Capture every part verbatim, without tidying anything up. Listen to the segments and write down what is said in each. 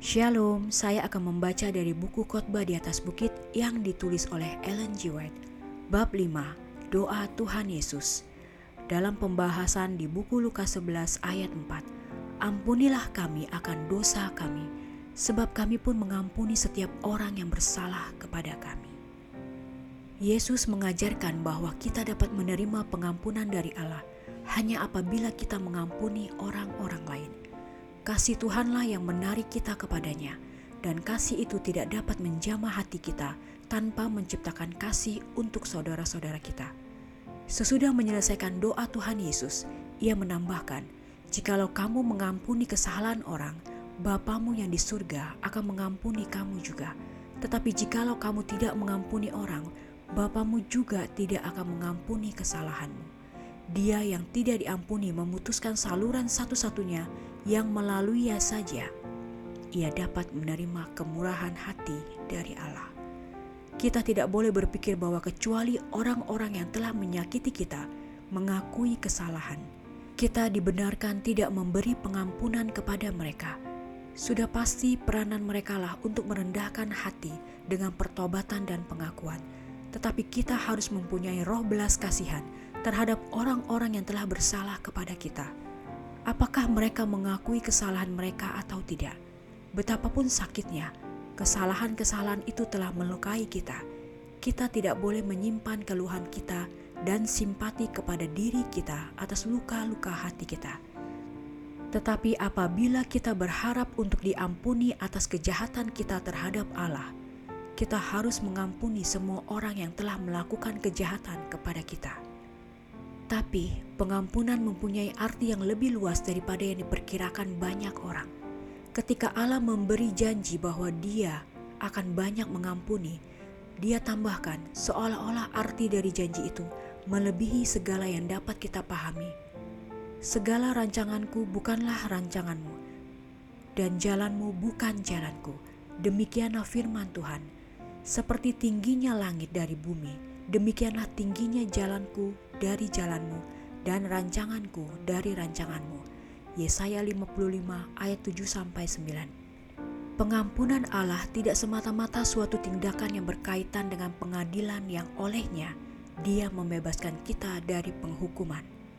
Shalom, saya akan membaca dari buku Khotbah di atas Bukit yang ditulis oleh Ellen G. White. Bab lima, Doa Tuhan Yesus. Dalam pembahasan di buku Lukas sebelas ayat empat, Ampunilah kami akan dosa kami, sebab kami pun mengampuni setiap orang yang bersalah kepada kami. Yesus mengajarkan bahwa kita dapat menerima pengampunan dari Allah hanya apabila kita mengampuni orang-orang lain. Kasih Tuhanlah yang menarik kita kepadanya, dan kasih itu tidak dapat menjamah hati kita tanpa menciptakan kasih untuk saudara-saudara kita. Sesudah menyelesaikan doa Tuhan Yesus, ia menambahkan, "Jikalau kamu mengampuni kesalahan orang, Bapamu yang di surga akan mengampuni kamu juga. Tetapi jikalau kamu tidak mengampuni orang, Bapamu juga tidak akan mengampuni kesalahanmu." Dia yang tidak diampuni memutuskan saluran satu-satunya yang melaluinya saja ia dapat menerima kemurahan hati dari Allah. Kita tidak boleh berpikir bahwa kecuali orang-orang yang telah menyakiti kita mengakui kesalahan, kita dibenarkan tidak memberi pengampunan kepada mereka. Sudah pasti peranan merekalah untuk merendahkan hati dengan pertobatan dan pengakuan. Tetapi kita harus mempunyai roh belas kasihan terhadap orang-orang yang telah bersalah kepada kita. Apakah mereka mengakui kesalahan mereka atau tidak? Betapapun sakitnya, kesalahan-kesalahan itu telah melukai kita. Kita tidak boleh menyimpan keluhan kita dan simpati kepada diri kita atas luka-luka hati kita. Tetapi apabila kita berharap untuk diampuni atas kejahatan kita terhadap Allah, kita harus mengampuni semua orang yang telah melakukan kejahatan kepada kita. Tapi pengampunan mempunyai arti yang lebih luas daripada yang diperkirakan banyak orang. Ketika Allah memberi janji bahwa Dia akan banyak mengampuni, Dia tambahkan seolah-olah arti dari janji itu melebihi segala yang dapat kita pahami. Segala rancanganku bukanlah rancanganmu, dan jalanmu bukan jalanku. Demikianlah firman Tuhan. Seperti tingginya langit dari bumi, demikianlah tingginya jalanku dari jalanmu dan rancanganku dari rancanganmu. Yesaya lima puluh lima ayat tujuh sampai sembilan. Pengampunan Allah tidak semata-mata suatu tindakan yang berkaitan dengan pengadilan yang olehnya Dia membebaskan kita dari penghukuman.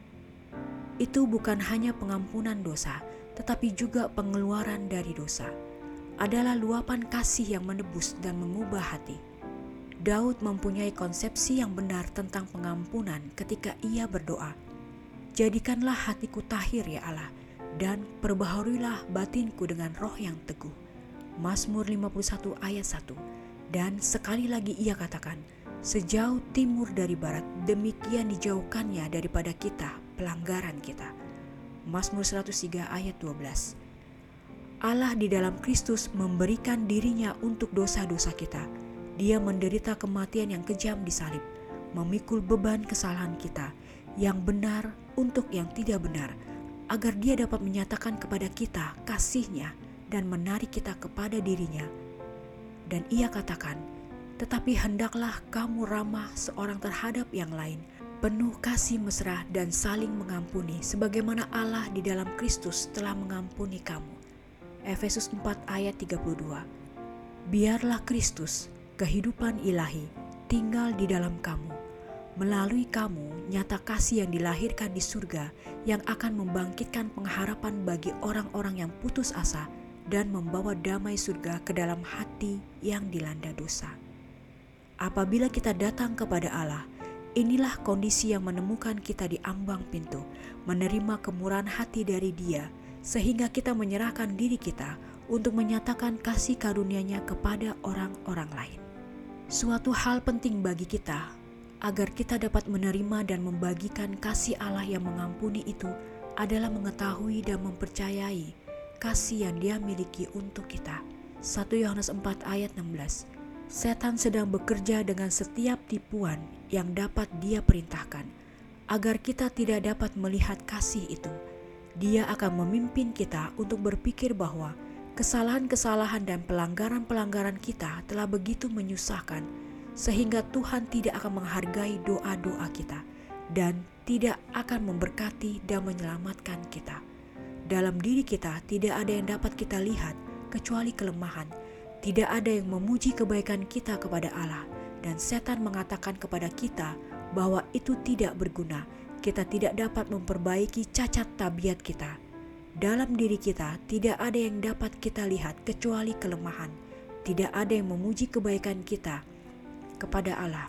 Itu bukan hanya pengampunan dosa, tetapi juga pengeluaran dari dosa. Adalah luapan kasih yang menebus dan mengubah hati. Daud mempunyai konsepsi yang benar tentang pengampunan ketika ia berdoa, "Jadikanlah hatiku tahir ya Allah, dan perbaharuilah batinku dengan roh yang teguh." Mazmur lima puluh satu ayat satu. Dan sekali lagi ia katakan, "Sejauh timur dari barat, demikian dijauhkannya daripada kita pelanggaran kita." Mazmur seratus tiga ayat dua belas. Allah di dalam Kristus memberikan dirinya untuk dosa-dosa kita. Dia menderita kematian yang kejam di salib, memikul beban kesalahan kita, yang benar untuk yang tidak benar, agar Dia dapat menyatakan kepada kita kasih-Nya dan menarik kita kepada dirinya. Dan ia katakan, "Tetapi hendaklah kamu ramah seorang terhadap yang lain, penuh kasih mesra dan saling mengampuni, sebagaimana Allah di dalam Kristus telah mengampuni kamu." Efesus empat ayat tiga puluh dua. Biarlah Kristus, kehidupan ilahi, tinggal di dalam kamu. Melalui kamu, nyata kasih yang dilahirkan di surga yang akan membangkitkan pengharapan bagi orang-orang yang putus asa dan membawa damai surga ke dalam hati yang dilanda dosa. Apabila kita datang kepada Allah, inilah kondisi yang menemukan kita di ambang pintu, menerima kemurahan hati dari Dia, sehingga kita menyerahkan diri kita untuk menyatakan kasih karunia-Nya kepada orang-orang lain. Suatu hal penting bagi kita agar kita dapat menerima dan membagikan kasih Allah yang mengampuni itu adalah mengetahui dan mempercayai kasih yang Dia miliki untuk kita. satu Yohanes empat ayat enam belas. Setan sedang bekerja dengan setiap tipuan yang dapat dia perintahkan agar kita tidak dapat melihat kasih itu. Dia akan memimpin kita untuk berpikir bahwa kesalahan-kesalahan dan pelanggaran-pelanggaran kita telah begitu menyusahkan sehingga Tuhan tidak akan menghargai doa-doa kita dan tidak akan memberkati dan menyelamatkan kita. Dalam diri kita tidak ada yang dapat kita lihat kecuali kelemahan. Tidak ada yang memuji kebaikan kita kepada Allah, dan setan mengatakan kepada kita bahwa itu tidak berguna. Kita tidak dapat memperbaiki cacat tabiat kita. Dalam diri kita tidak ada yang dapat kita lihat kecuali kelemahan. Tidak ada yang memuji kebaikan kita kepada Allah.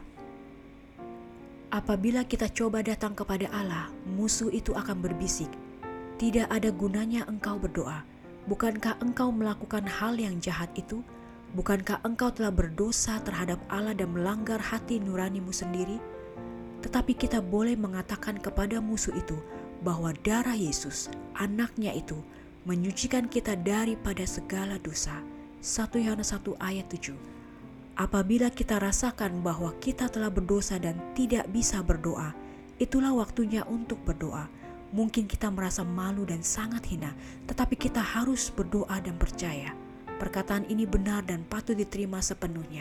Apabila kita coba datang kepada Allah, musuh itu akan berbisik, "Tidak ada gunanya engkau berdoa. Bukankah engkau melakukan hal yang jahat itu? Bukankah engkau telah berdosa terhadap Allah dan melanggar hati nuranimu sendiri?" Tetapi kita boleh mengatakan kepada musuh itu bahwa darah Yesus, anaknya itu, menyucikan kita daripada segala dosa. satu Yohanes satu ayat tujuh. Apabila kita rasakan bahwa kita telah berdosa dan tidak bisa berdoa, itulah waktunya untuk berdoa. Mungkin kita merasa malu dan sangat hina, tetapi kita harus berdoa dan percaya. Perkataan ini benar dan patut diterima sepenuhnya.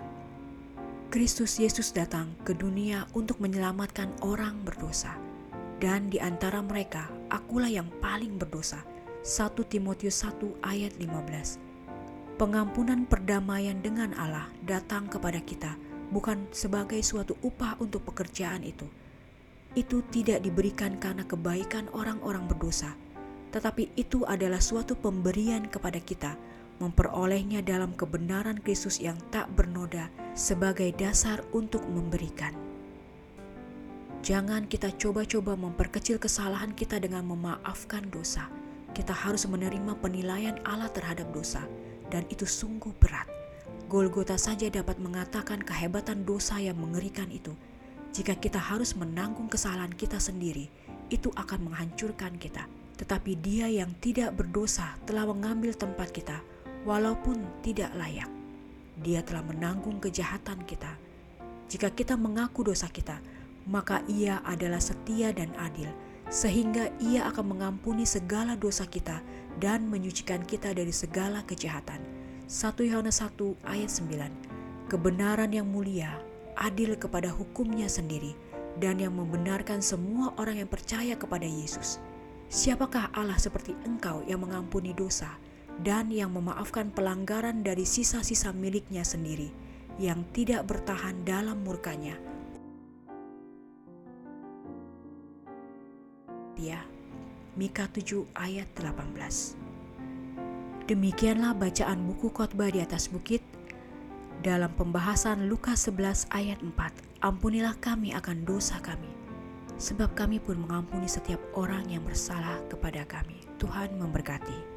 Kristus Yesus datang ke dunia untuk menyelamatkan orang berdosa. Dan di antara mereka, akulah yang paling berdosa. satu Timotius satu ayat lima belas. Pengampunan perdamaian dengan Allah datang kepada kita bukan sebagai suatu upah untuk pekerjaan itu. Itu tidak diberikan karena kebaikan orang-orang berdosa, tetapi itu adalah suatu pemberian kepada kita, memperolehnya dalam kebenaran Kristus yang tak bernoda sebagai dasar untuk memberikan. Jangan kita coba-coba memperkecil kesalahan kita dengan memaafkan dosa. Kita harus menerima penilaian Allah terhadap dosa, dan itu sungguh berat. Golgota saja dapat mengatakan kehebatan dosa yang mengerikan itu. Jika kita harus menanggung kesalahan kita sendiri, itu akan menghancurkan kita. Tetapi Dia yang tidak berdosa telah mengambil tempat kita, walaupun tidak layak. Dia telah menanggung kejahatan kita. Jika kita mengaku dosa kita, maka Ia adalah setia dan adil, sehingga Ia akan mengampuni segala dosa kita dan menyucikan kita dari segala kejahatan. satu Yohanes satu ayat sembilan. Kebenaran yang mulia, adil kepada hukumnya sendiri, dan yang membenarkan semua orang yang percaya kepada Yesus. Siapakah Allah seperti engkau yang mengampuni dosa dan yang memaafkan pelanggaran dari sisa-sisa miliknya sendiri, yang tidak bertahan dalam murkanya? Dia Mika tujuh ayat delapan belas. Demikianlah bacaan buku khotbah di atas bukit dalam pembahasan Lukas sebelas ayat empat. Ampunilah kami akan dosa kami, sebab kami pun mengampuni setiap orang yang bersalah kepada kami. Tuhan memberkati.